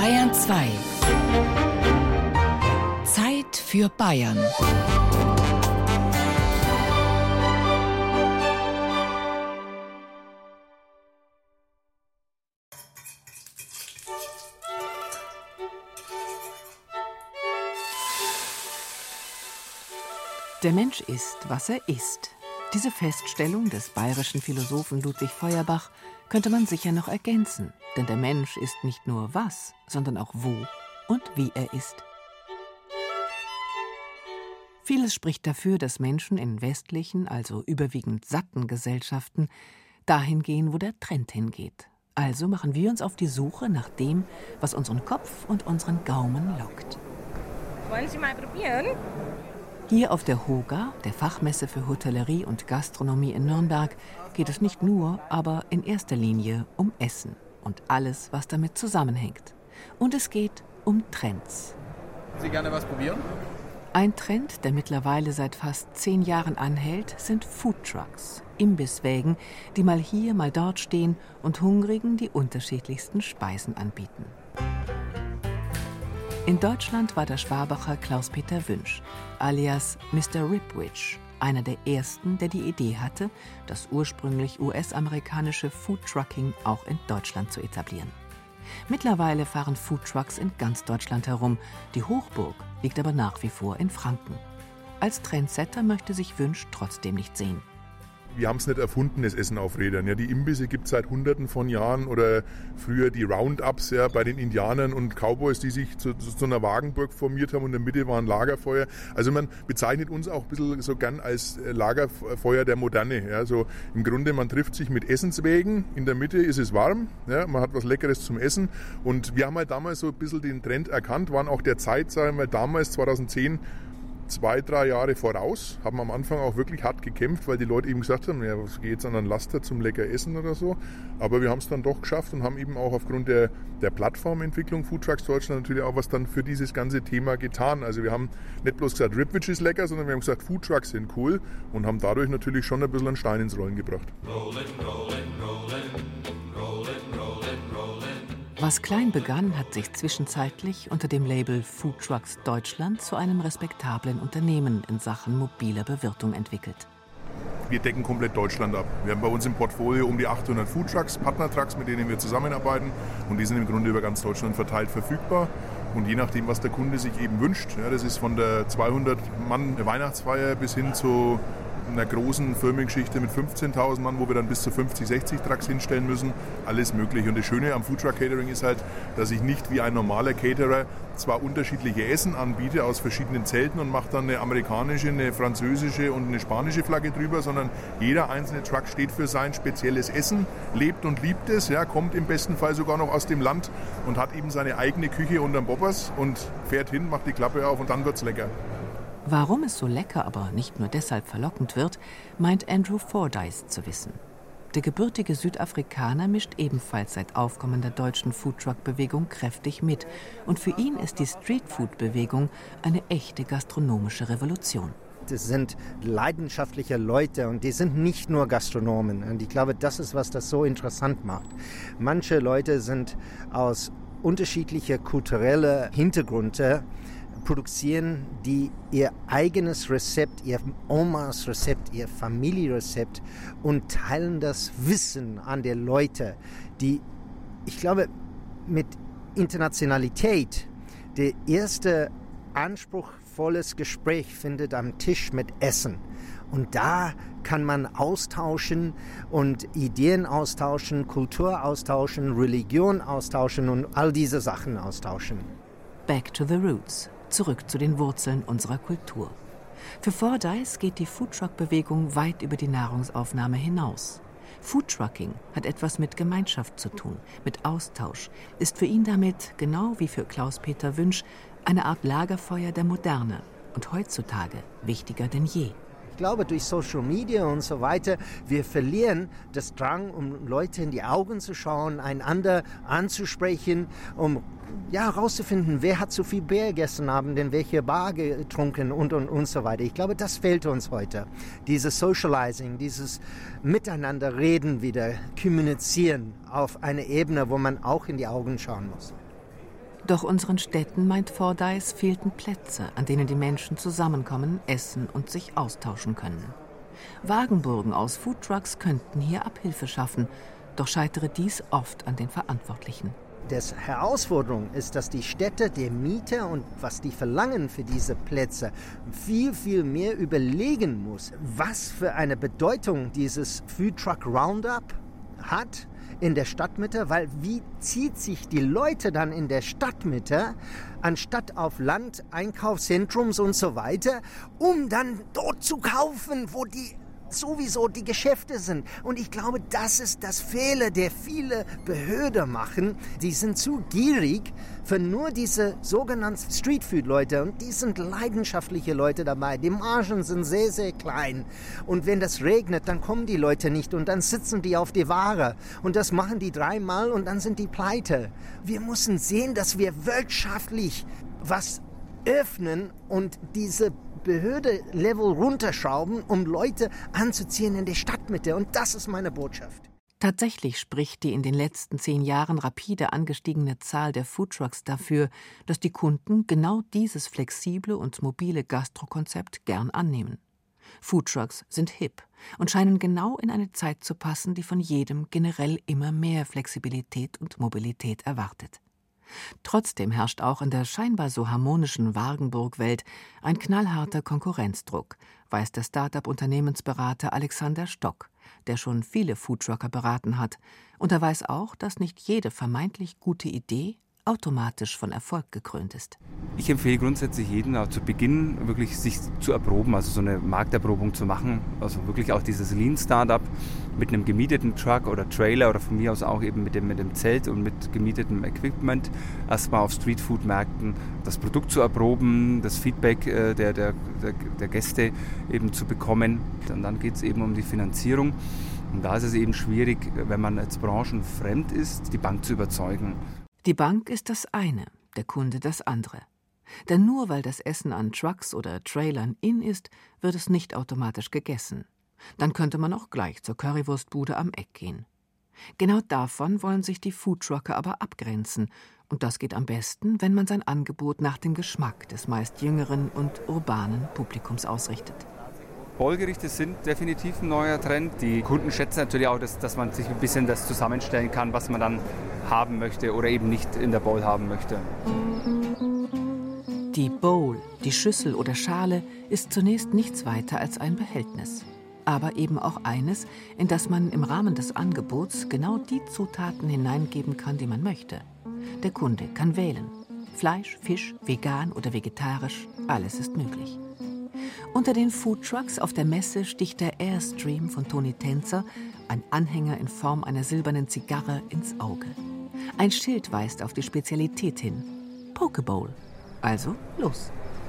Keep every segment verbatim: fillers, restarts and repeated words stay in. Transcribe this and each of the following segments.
Bayern zwei. Zeit für Bayern. Der Mensch ist, was er ist. Diese Feststellung des bayerischen Philosophen Ludwig Feuerbach könnte man sicher noch ergänzen, denn der Mensch ist nicht nur was, sondern auch wo und wie er ist. Vieles spricht dafür, dass Menschen in westlichen, also überwiegend satten Gesellschaften dahin gehen, wo der Trend hingeht. Also machen wir uns auf die Suche nach dem, was unseren Kopf und unseren Gaumen lockt. Wollen Sie mal probieren? Hier auf der Hoga, der Fachmesse für Hotellerie und Gastronomie in Nürnberg, geht es nicht nur, aber in erster Linie um Essen und alles, was damit zusammenhängt. Und es geht um Trends. Sie gerne was probieren? Ein Trend, der mittlerweile seit fast zehn Jahren anhält, sind Foodtrucks, Imbisswägen, die mal hier, mal dort stehen und Hungrigen die unterschiedlichsten Speisen anbieten. In Deutschland war der Schwabacher Klaus-Peter Wünsch, alias Mister Ribwich, einer der ersten, der die Idee hatte, das ursprünglich U S-amerikanische Foodtrucking auch in Deutschland zu etablieren. Mittlerweile fahren Foodtrucks in ganz Deutschland herum. Die Hochburg liegt aber nach wie vor in Franken. Als Trendsetter möchte sich Wünsch trotzdem nicht sehen. Wir haben es nicht erfunden, das Essen auf Rädern. Ja, die Imbisse gibt es seit Hunderten von Jahren oder früher die Roundups ja, bei den Indianern und Cowboys, die sich zu, zu, zu einer Wagenburg formiert haben und in der Mitte war ein Lagerfeuer. Also man bezeichnet uns auch ein bisschen so gern als Lagerfeuer der Moderne. Ja, so im Grunde, man trifft sich mit Essenswägen, in der Mitte ist es warm, ja, man hat was Leckeres zum Essen und wir haben halt damals so ein bisschen den Trend erkannt, waren auch der Zeit, sagen wir damals zweitausendzehn, zwei, drei Jahre voraus, haben am Anfang auch wirklich hart gekämpft, weil die Leute eben gesagt haben, ja, was geht jetzt an einen Laster zum lecker Essen oder so. Aber wir haben es dann doch geschafft und haben eben auch aufgrund der, der Plattformentwicklung Foodtrucks Deutschland natürlich auch was dann für dieses ganze Thema getan. Also wir haben nicht bloß gesagt, Ribwich ist lecker, sondern wir haben gesagt, Foodtrucks sind cool und haben dadurch natürlich schon ein bisschen einen Stein ins Rollen gebracht. Rollin', rollin', rollin', rollin', rollin', rollin'. Was klein begann, hat sich zwischenzeitlich unter dem Label Foodtrucks Deutschland zu einem respektablen Unternehmen in Sachen mobiler Bewirtung entwickelt. Wir decken komplett Deutschland ab. Wir haben bei uns im Portfolio um die achthundert Foodtrucks, Partnertrucks, mit denen wir zusammenarbeiten. Und die sind im Grunde über ganz Deutschland verteilt verfügbar. Und je nachdem, was der Kunde sich eben wünscht, ja, das ist von der zweihundert Mann Weihnachtsfeier bis hin zu einer großen Firmengeschichte mit fünfzehntausend Mann, wo wir dann bis zu fünfzig, sechzig Trucks hinstellen müssen. Alles möglich. Und das Schöne am Foodtruck Catering ist halt, dass ich nicht wie ein normaler Caterer zwar unterschiedliche Essen anbiete aus verschiedenen Zelten und mache dann eine amerikanische, eine französische und eine spanische Flagge drüber, sondern jeder einzelne Truck steht für sein spezielles Essen, lebt und liebt es, ja, kommt im besten Fall sogar noch aus dem Land und hat eben seine eigene Küche unterm Bobbers und fährt hin, macht die Klappe auf und dann wird's lecker. Warum es so lecker, aber nicht nur deshalb verlockend wird, meint Andrew Fordyce zu wissen. Der gebürtige Südafrikaner mischt ebenfalls seit Aufkommen der deutschen Foodtruck-Bewegung kräftig mit. Und für ihn ist die Streetfood-Bewegung eine echte gastronomische Revolution. Das sind leidenschaftliche Leute und die sind nicht nur Gastronomen. Und ich glaube, das ist, was das so interessant macht. Manche Leute sind aus unterschiedlichen kulturellen Hintergründen, produzieren die ihr eigenes Rezept, ihr Omas Rezept, ihr Familienrezept und teilen das Wissen an die Leute, die, ich glaube, mit Internationalität der erste anspruchsvolles Gespräch findet am Tisch mit Essen. Und da kann man austauschen und Ideen austauschen, Kultur austauschen, Religion austauschen und all diese Sachen austauschen. Back to the roots. Zurück zu den Wurzeln unserer Kultur. Für Fordyce geht die Foodtruck-Bewegung weit über die Nahrungsaufnahme hinaus. Foodtrucking hat etwas mit Gemeinschaft zu tun, mit Austausch, ist für ihn damit, genau wie für Klaus-Peter Wünsch, eine Art Lagerfeuer der Moderne und heutzutage wichtiger denn je. Ich glaube, durch Social Media und so weiter, wir verlieren das Drang, um Leute in die Augen zu schauen, einander anzusprechen, um ja, herauszufinden, wer hat zu viel Bier gestern Abend in welche Bar getrunken und, und, und so weiter. Ich glaube, das fehlt uns heute. Dieses Socializing, dieses Miteinanderreden wieder, kommunizieren auf einer Ebene, wo man auch in die Augen schauen muss. Doch unseren Städten, meint Fordyce, fehlten Plätze, an denen die Menschen zusammenkommen, essen und sich austauschen können. Wagenburgen aus Foodtrucks könnten hier Abhilfe schaffen, doch scheitere dies oft an den Verantwortlichen. Die Herausforderung ist, dass die Städte, der Mieter und was die verlangen für diese Plätze, viel, viel mehr überlegen muss, was für eine Bedeutung dieses Food Truck Roundup hat in der Stadtmitte, weil wie zieht sich die Leute dann in der Stadtmitte, anstatt auf Land, Einkaufszentrums und so weiter, um dann dort zu kaufen, wo die sowieso die Geschäfte sind. Und ich glaube, das ist das Fehler, der viele Behörden machen. Die sind zu gierig für nur diese sogenannten Streetfood-Leute. Und die sind leidenschaftliche Leute dabei. Die Margen sind sehr, sehr klein. Und wenn das regnet, dann kommen die Leute nicht. Und dann sitzen die auf die Ware. Und das machen die dreimal und dann sind die pleite. Wir müssen sehen, dass wir wirtschaftlich was öffnen und diese Behörde-Level runterschrauben, um Leute anzuziehen in die Stadtmitte. Und das ist meine Botschaft. Tatsächlich spricht die in den letzten zehn Jahren rapide angestiegene Zahl der Foodtrucks dafür, dass die Kunden genau dieses flexible und mobile Gastrokonzept gern annehmen. Foodtrucks sind hip und scheinen genau in eine Zeit zu passen, die von jedem generell immer mehr Flexibilität und Mobilität erwartet. Trotzdem herrscht auch in der scheinbar so harmonischen Wagenburg-Welt ein knallharter Konkurrenzdruck, weiß der Start-up-Unternehmensberater Alexander Stock, der schon viele Foodtrucker beraten hat. Und er weiß auch, dass nicht jede vermeintlich gute Idee automatisch von Erfolg gekrönt ist. Ich empfehle grundsätzlich jedem auch zu Beginn wirklich sich zu erproben, also so eine Markterprobung zu machen, also wirklich auch dieses Lean-Startup mit einem gemieteten Truck oder Trailer oder von mir aus auch eben mit dem, mit dem Zelt und mit gemietetem Equipment erstmal auf Streetfood-Märkten das Produkt zu erproben, das Feedback äh, der, der, der, der Gäste eben zu bekommen. Und dann geht es eben um die Finanzierung. Und da ist es eben schwierig, wenn man als branchenfremd ist, die Bank zu überzeugen. Die Bank ist das eine, der Kunde das andere. Denn nur weil das Essen an Trucks oder Trailern in ist, wird es nicht automatisch gegessen. Dann könnte man auch gleich zur Currywurstbude am Eck gehen. Genau davon wollen sich die Foodtrucker aber abgrenzen. Und das geht am besten, wenn man sein Angebot nach dem Geschmack des meist jüngeren und urbanen Publikums ausrichtet. Bowl-Gerichte sind definitiv ein neuer Trend. Die Kunden schätzen natürlich auch, dass, dass man sich ein bisschen das zusammenstellen kann, was man dann haben möchte oder eben nicht in der Bowl haben möchte. Die Bowl, die Schüssel oder Schale, ist zunächst nichts weiter als ein Behältnis. Aber eben auch eines, in das man im Rahmen des Angebots genau die Zutaten hineingeben kann, die man möchte. Der Kunde kann wählen. Fleisch, Fisch, vegan oder vegetarisch, alles ist möglich. Unter den Foodtrucks auf der Messe sticht der Airstream von Toni Tänzer, ein Anhänger in Form einer silbernen Zigarre, ins Auge. Ein Schild weist auf die Spezialität hin. Pokebowl. Also los.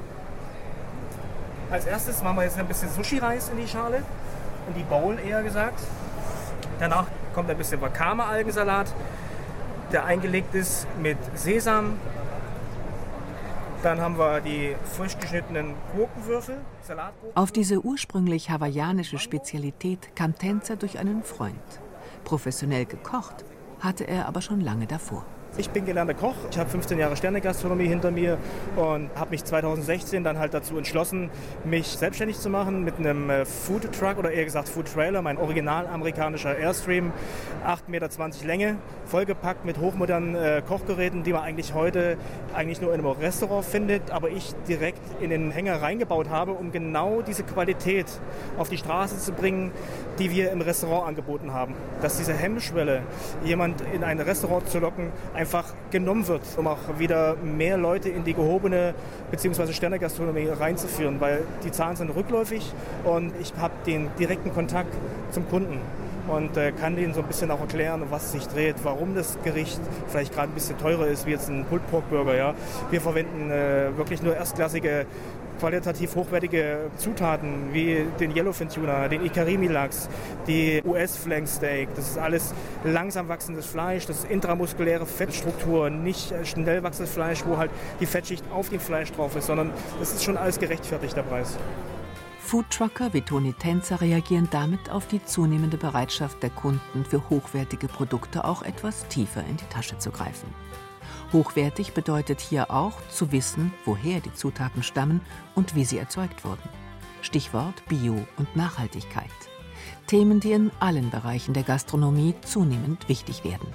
Als erstes machen wir jetzt ein bisschen Sushi-Reis in die Schale, in die Bowl eher gesagt. Danach kommt ein bisschen Wakame-Algensalat, der eingelegt ist mit Sesam. Dann haben wir die frisch geschnittenen Gurkenwürfel, Salatgurken. Auf diese ursprünglich hawaiianische Spezialität kam Tänzer durch einen Freund. Professionell gekocht hatte er aber schon lange davor. Ich bin gelernter Koch. Ich habe fünfzehn Jahre Sternegastronomie hinter mir und habe mich zweitausendsechzehn dann halt dazu entschlossen, mich selbstständig zu machen mit einem Food Truck oder eher gesagt Food Trailer, mein original amerikanischer Airstream, acht Meter zwanzig Länge, vollgepackt mit hochmodernen äh, Kochgeräten, die man eigentlich heute eigentlich nur in einem Restaurant findet, aber ich direkt in den Hänger reingebaut habe, um genau diese Qualität auf die Straße zu bringen, die wir im Restaurant angeboten haben. Dass diese Hemmschwelle, jemand in ein Restaurant zu locken, einfach genommen wird, um auch wieder mehr Leute in die gehobene bzw. Sternegastronomie reinzuführen, weil die Zahlen sind rückläufig und ich habe den direkten Kontakt zum Kunden und äh, kann denen so ein bisschen auch erklären, um was es sich dreht, warum das Gericht vielleicht gerade ein bisschen teurer ist wie jetzt ein Pulled Pork Burger. Ja. Wir verwenden äh, wirklich nur erstklassige, qualitativ hochwertige Zutaten wie den Yellowfin Tuna, den Ikarimi-Lachs, die U S-Flank Steak. Das ist alles langsam wachsendes Fleisch, das ist intramuskuläre Fettstruktur, nicht schnell wachsendes Fleisch, wo halt die Fettschicht auf dem Fleisch drauf ist, sondern das ist schon alles gerechtfertigt, der Preis. Foodtrucker wie Toni Tänzer reagieren damit auf die zunehmende Bereitschaft der Kunden, für hochwertige Produkte auch etwas tiefer in die Tasche zu greifen. Hochwertig bedeutet hier auch, zu wissen, woher die Zutaten stammen und wie sie erzeugt wurden. Stichwort Bio und Nachhaltigkeit. Themen, die in allen Bereichen der Gastronomie zunehmend wichtig werden.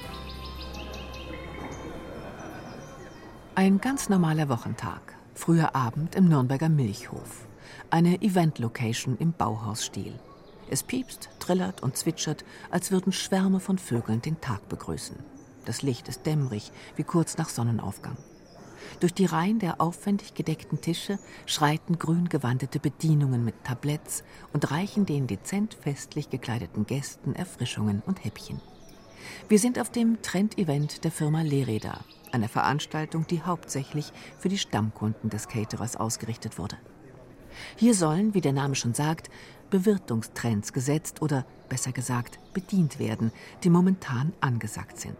Ein ganz normaler Wochentag. Früher Abend im Nürnberger Milchhof. Eine Event-Location im Bauhausstil. Es piepst, trillert und zwitschert, als würden Schwärme von Vögeln den Tag begrüßen. Das Licht ist dämmerig, wie kurz nach Sonnenaufgang. Durch die Reihen der aufwendig gedeckten Tische schreiten grün gewandete Bedienungen mit Tabletts und reichen den dezent festlich gekleideten Gästen Erfrischungen und Häppchen. Wir sind auf dem Trend-Event der Firma Lerida, einer Veranstaltung, die hauptsächlich für die Stammkunden des Caterers ausgerichtet wurde. Hier sollen, wie der Name schon sagt, Bewirtungstrends gesetzt oder, besser gesagt, bedient werden, die momentan angesagt sind.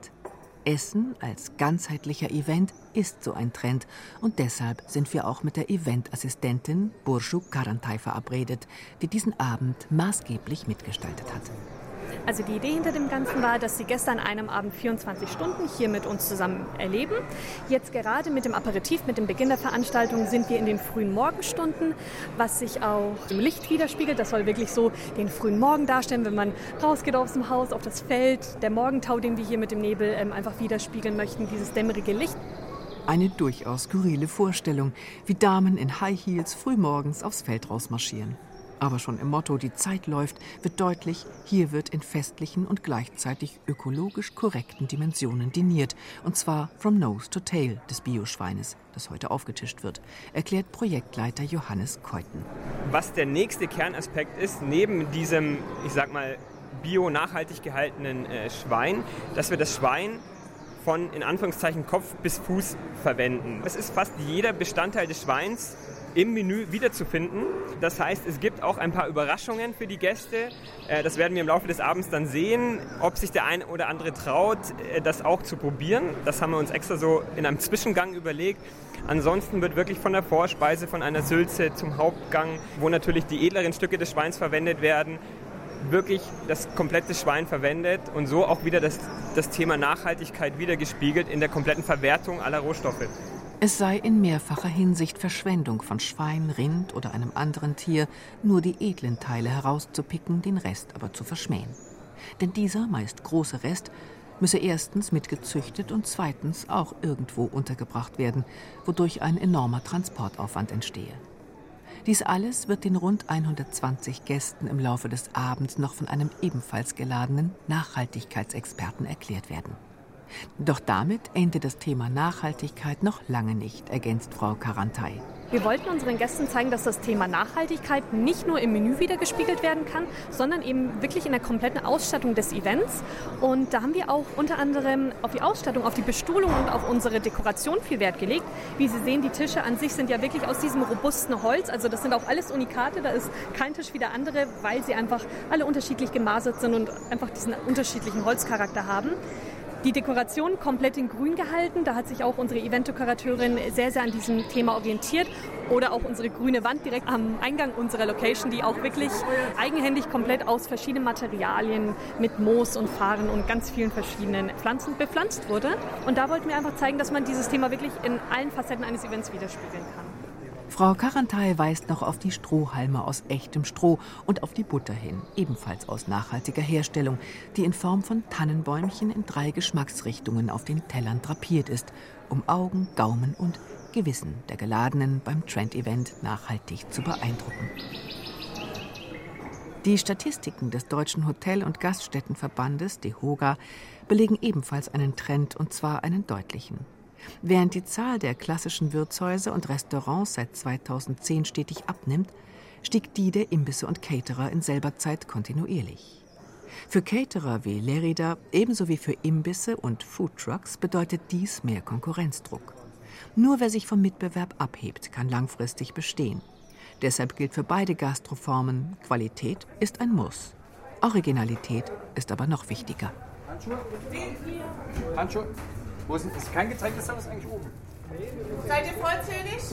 Essen als ganzheitlicher Event ist so ein Trend und deshalb sind wir auch mit der Eventassistentin Burcu Karantay verabredet, die diesen Abend maßgeblich mitgestaltet hat. Also die Idee hinter dem Ganzen war, dass die Gäste an einem Abend vierundzwanzig Stunden hier mit uns zusammen erleben. Jetzt gerade mit dem Aperitif, mit dem Beginn der Veranstaltung sind wir in den frühen Morgenstunden, was sich auch im Licht widerspiegelt. Das soll wirklich so den frühen Morgen darstellen, wenn man rausgeht aus dem Haus, auf das Feld, der Morgentau, den wir hier mit dem Nebel ähm, einfach widerspiegeln möchten, dieses dämmerige Licht. Eine durchaus skurrile Vorstellung, wie Damen in High Heels frühmorgens aufs Feld rausmarschieren. Aber schon im Motto "Die Zeit läuft" wird deutlich, hier wird in festlichen und gleichzeitig ökologisch korrekten Dimensionen diniert. Und zwar from nose to tail des Bioschweines, das heute aufgetischt wird, erklärt Projektleiter Johannes Keuten. Was der nächste Kernaspekt ist, neben diesem, ich sag mal, bio-nachhaltig gehaltenen äh, Schwein, dass wir das Schwein von, in Anführungszeichen, Kopf bis Fuß verwenden. Es ist fast jeder Bestandteil des Schweins im Menü wiederzufinden. Das heißt, es gibt auch ein paar Überraschungen für die Gäste. Das werden wir im Laufe des Abends dann sehen, ob sich der eine oder andere traut, das auch zu probieren. Das haben wir uns extra so in einem Zwischengang überlegt. Ansonsten wird wirklich von der Vorspeise, von einer Sülze zum Hauptgang, wo natürlich die edleren Stücke des Schweins verwendet werden, wirklich das komplette Schwein verwendet und so auch wieder das, das Thema Nachhaltigkeit wiedergespiegelt in der kompletten Verwertung aller Rohstoffe. Es sei in mehrfacher Hinsicht Verschwendung von Schwein, Rind oder einem anderen Tier, nur die edlen Teile herauszupicken, den Rest aber zu verschmähen. Denn dieser meist große Rest müsse erstens mitgezüchtet und zweitens auch irgendwo untergebracht werden, wodurch ein enormer Transportaufwand entstehe. Dies alles wird den rund hundertzwanzig Gästen im Laufe des Abends noch von einem ebenfalls geladenen Nachhaltigkeitsexperten erklärt werden. Doch damit endet das Thema Nachhaltigkeit noch lange nicht, ergänzt Frau Karantay. Wir wollten unseren Gästen zeigen, dass das Thema Nachhaltigkeit nicht nur im Menü wiedergespiegelt werden kann, sondern eben wirklich in der kompletten Ausstattung des Events. Und da haben wir auch unter anderem auf die Ausstattung, auf die Bestuhlung und auf unsere Dekoration viel Wert gelegt. Wie Sie sehen, die Tische an sich sind ja wirklich aus diesem robusten Holz. Also das sind auch alles Unikate, da ist kein Tisch wie der andere, weil sie einfach alle unterschiedlich gemasert sind und einfach diesen unterschiedlichen Holzcharakter haben. Die Dekoration komplett in grün gehalten. Da hat sich auch unsere Eventdekorateurin sehr, sehr an diesem Thema orientiert. Oder auch unsere grüne Wand direkt am Eingang unserer Location, die auch wirklich eigenhändig komplett aus verschiedenen Materialien mit Moos und Farn und ganz vielen verschiedenen Pflanzen bepflanzt wurde. Und da wollten wir einfach zeigen, dass man dieses Thema wirklich in allen Facetten eines Events widerspiegeln kann. Frau Karantay weist noch auf die Strohhalme aus echtem Stroh und auf die Butter hin, ebenfalls aus nachhaltiger Herstellung, die in Form von Tannenbäumchen in drei Geschmacksrichtungen auf den Tellern drapiert ist, um Augen, Gaumen und Gewissen der Geladenen beim Trend-Event nachhaltig zu beeindrucken. Die Statistiken des Deutschen Hotel- und Gaststättenverbandes, DEHOGA, belegen ebenfalls einen Trend, und zwar einen deutlichen. Während die Zahl der klassischen Wirtshäuser und Restaurants seit zweitausendzehn stetig abnimmt, stieg die der Imbisse und Caterer in selber Zeit kontinuierlich. Für Caterer wie Lerida, ebenso wie für Imbisse und Foodtrucks, bedeutet dies mehr Konkurrenzdruck. Nur wer sich vom Mitbewerb abhebt, kann langfristig bestehen. Deshalb gilt für beide Gastroformen, Qualität ist ein Muss. Originalität ist aber noch wichtiger. Handschuhe? Handschuhe? Wo ist, ist kein Getränk, ist alles eigentlich oben. Seid ihr vollzählig?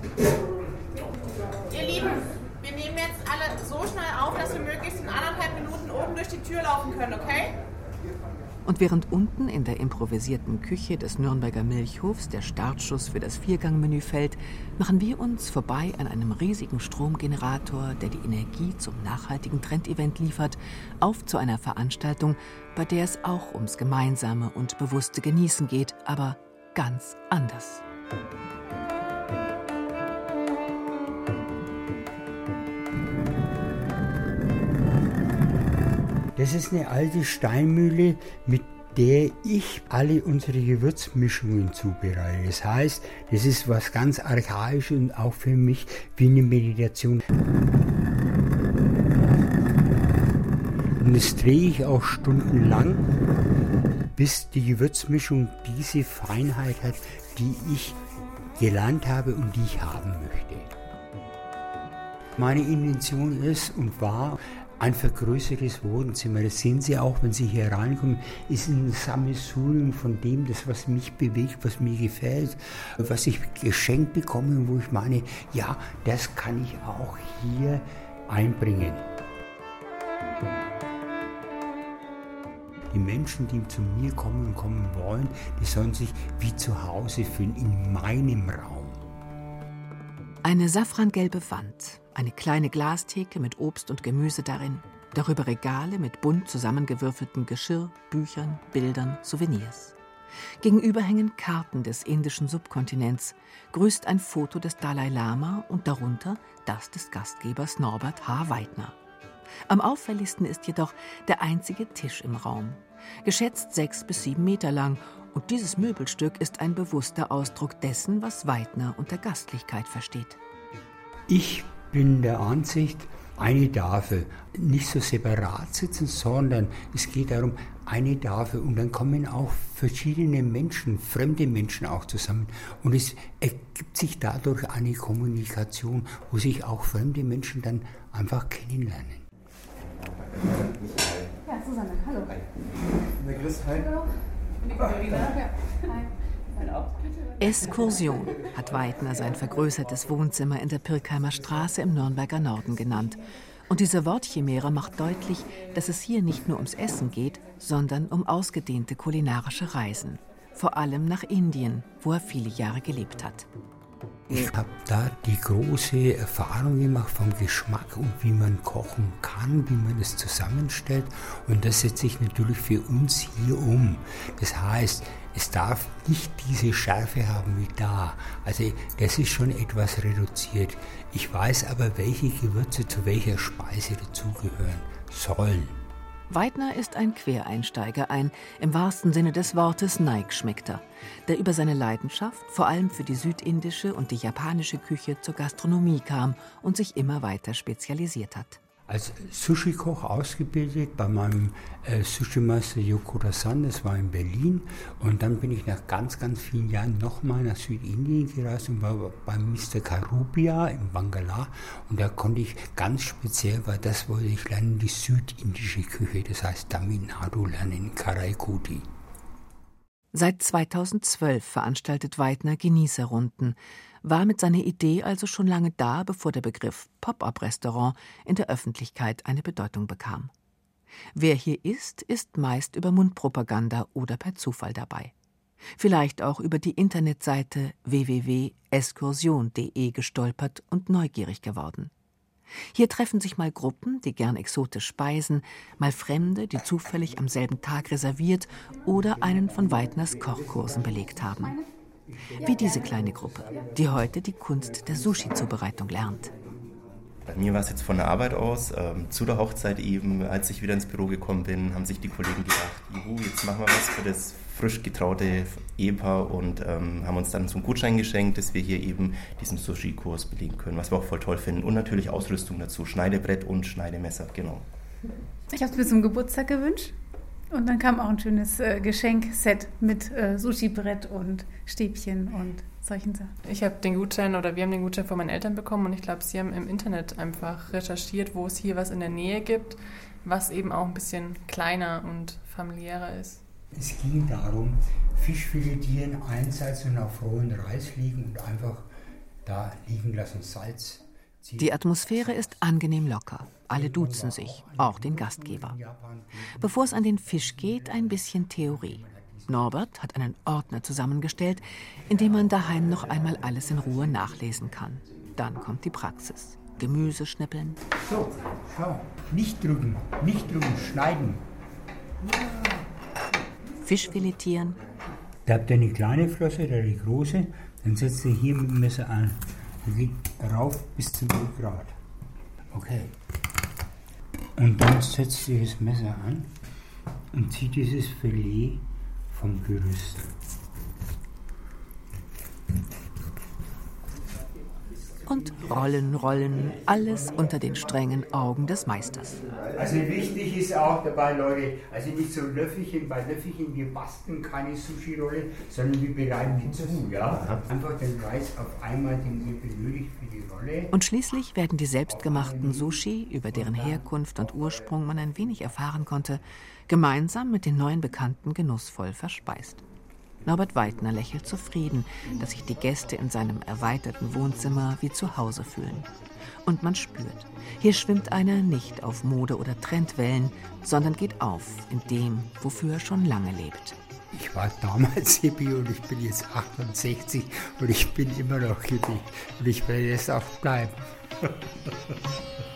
Ihr Lieben, wir nehmen jetzt alle so schnell auf, dass wir möglichst in anderthalb Minuten oben durch die Tür laufen können, okay? Und während unten in der improvisierten Küche des Nürnberger Milchhofs der Startschuss für das Viergangmenü fällt, machen wir uns vorbei an einem riesigen Stromgenerator, der die Energie zum nachhaltigen Trendevent liefert, auf zu einer Veranstaltung, bei der es auch ums gemeinsame und bewusste Genießen geht, aber ganz anders. Das ist eine alte Steinmühle, mit der ich alle unsere Gewürzmischungen zubereite. Das heißt, das ist was ganz Archaisches und auch für mich wie eine Meditation. Und das drehe ich auch stundenlang, bis die Gewürzmischung diese Feinheit hat, die ich gelernt habe und die ich haben möchte. Meine Intention ist und war, ein vergrößertes Wohnzimmer. Das sehen Sie auch, wenn Sie hier reinkommen, ist ein Sammelsurium von dem, das was mich bewegt, was mir gefällt, was ich geschenkt bekomme, wo ich meine, ja, das kann ich auch hier einbringen. Die Menschen, die zu mir kommen und kommen wollen, die sollen sich wie zu Hause fühlen, in meinem Raum. Eine safrangelbe Wand, eine kleine Glastheke mit Obst und Gemüse darin, darüber Regale mit bunt zusammengewürfeltem Geschirr, Büchern, Bildern, Souvenirs. Gegenüber hängen Karten des indischen Subkontinents, grüßt ein Foto des Dalai Lama und darunter das des Gastgebers Norbert H. Weidner. Am auffälligsten ist jedoch der einzige Tisch im Raum, geschätzt sechs bis sieben Meter lang. Und dieses Möbelstück ist ein bewusster Ausdruck dessen, was Weidner unter Gastlichkeit versteht. Ich bin der Ansicht, eine Tafel nicht so separat sitzen, sondern es geht darum, eine Tafel und dann kommen auch verschiedene Menschen, fremde Menschen auch zusammen. Und es ergibt sich dadurch eine Kommunikation, wo sich auch fremde Menschen dann einfach kennenlernen. Ja, Susanne, hallo. Hi. Na, grüß, hi. Hallo. Eskursion hat Weidner sein vergrößertes Wohnzimmer in der Pirkheimer Straße im Nürnberger Norden genannt. Und diese Wortchimäre macht deutlich, dass es hier nicht nur ums Essen geht, sondern um ausgedehnte kulinarische Reisen. Vor allem nach Indien, wo er viele Jahre gelebt hat. Ich habe da die große Erfahrung gemacht vom Geschmack und wie man kochen kann, wie man es zusammenstellt. Und das setze ich natürlich für uns hier um. Das heißt, es darf nicht diese Schärfe haben wie da. Also das ist schon etwas reduziert. Ich weiß aber, welche Gewürze zu welcher Speise dazugehören sollen. Weidner ist ein Quereinsteiger, ein im wahrsten Sinne des Wortes Neigeschmeckter, der über seine Leidenschaft, vor allem für die südindische und die japanische Küche, zur Gastronomie kam und sich immer weiter spezialisiert hat. Als Sushi-Koch ausgebildet bei meinem äh, Sushi-Meister Yokota-san, das war in Berlin. Und dann bin ich nach ganz, ganz vielen Jahren nochmal nach Südindien gereist und war bei Mister Karupia in Bangala. Und da konnte ich ganz speziell, weil das wollte ich lernen, die südindische Küche, das heißt Tamil Nadu lernen, Karaikudi. Seit zweitausendzwölf veranstaltet Weidner Genießerrunden, war mit seiner Idee also schon lange da, bevor der Begriff Pop-up-Restaurant in der Öffentlichkeit eine Bedeutung bekam. Wer hier isst, ist meist über Mundpropaganda oder per Zufall dabei. Vielleicht auch über die Internetseite w w w punkt eskursion punkt d e gestolpert und neugierig geworden. Hier treffen sich mal Gruppen, die gern exotisch speisen, mal Fremde, die zufällig am selben Tag reserviert oder einen von Weidners Kochkursen belegt haben. Wie diese kleine Gruppe, die heute die Kunst der Sushi-Zubereitung lernt. Bei mir war es jetzt von der Arbeit aus, ähm, zu der Hochzeit eben, als ich wieder ins Büro gekommen bin, haben sich die Kollegen gedacht, juhu, jetzt machen wir was für das frisch getraute Ehepaar und ähm, haben uns dann so einen Gutschein geschenkt, dass wir hier eben diesen Sushi-Kurs belegen können, was wir auch voll toll finden. Und natürlich Ausrüstung dazu, Schneidebrett und Schneidemesser, genau. Ich habe es mir zum Geburtstag gewünscht und dann kam auch ein schönes äh, Geschenkset mit äh, Sushi-Brett und Stäbchen und solchen Sachen. Ich habe den Gutschein oder wir haben den Gutschein von meinen Eltern bekommen und ich glaube, sie haben im Internet einfach recherchiert, wo es hier was in der Nähe gibt, was eben auch ein bisschen kleiner und familiärer ist. Es ging darum, Fisch filetieren, einsalzen und auf rohen Reis liegen und einfach da liegen lassen, Salz Die Atmosphäre ist angenehm locker. Alle duzen sich, auch den Gastgeber. Bevor es an den Fisch geht, ein bisschen Theorie. Norbert hat einen Ordner zusammengestellt, in dem man daheim noch einmal alles in Ruhe nachlesen kann. Dann kommt die Praxis. Gemüse schnippeln. So, schau. Nicht drücken, nicht drücken, schneiden. Fisch filetieren. Da habt ihr eine kleine Flosse oder die große, dann setzt ihr hier mit dem Messer an. Dann geht rauf bis zum null Grad. Okay. Und dann setzt ihr das Messer an und zieht dieses Filet vom Gerüst. Und rollen, rollen, alles unter den strengen Augen des Meisters. Also wichtig ist auch dabei, Leute, also nicht so Löffelchen bei Löffelchen, wir basteln keine Sushi-Rolle, sondern wir bereiten die zu, ja? Einfach den Reis auf einmal, den ihr benötigt für die Rolle. Und schließlich werden die selbstgemachten Sushi, über deren Herkunft und Ursprung man ein wenig erfahren konnte, gemeinsam mit den neuen Bekannten genussvoll verspeist. Norbert Weidner lächelt zufrieden, dass sich die Gäste in seinem erweiterten Wohnzimmer wie zu Hause fühlen. Und man spürt, hier schwimmt einer nicht auf Mode- oder Trendwellen, sondern geht auf in dem, wofür er schon lange lebt. Ich war damals Hippie und ich bin jetzt achtundsechzig und ich bin immer noch Hippie. Und ich werde es auch bleiben.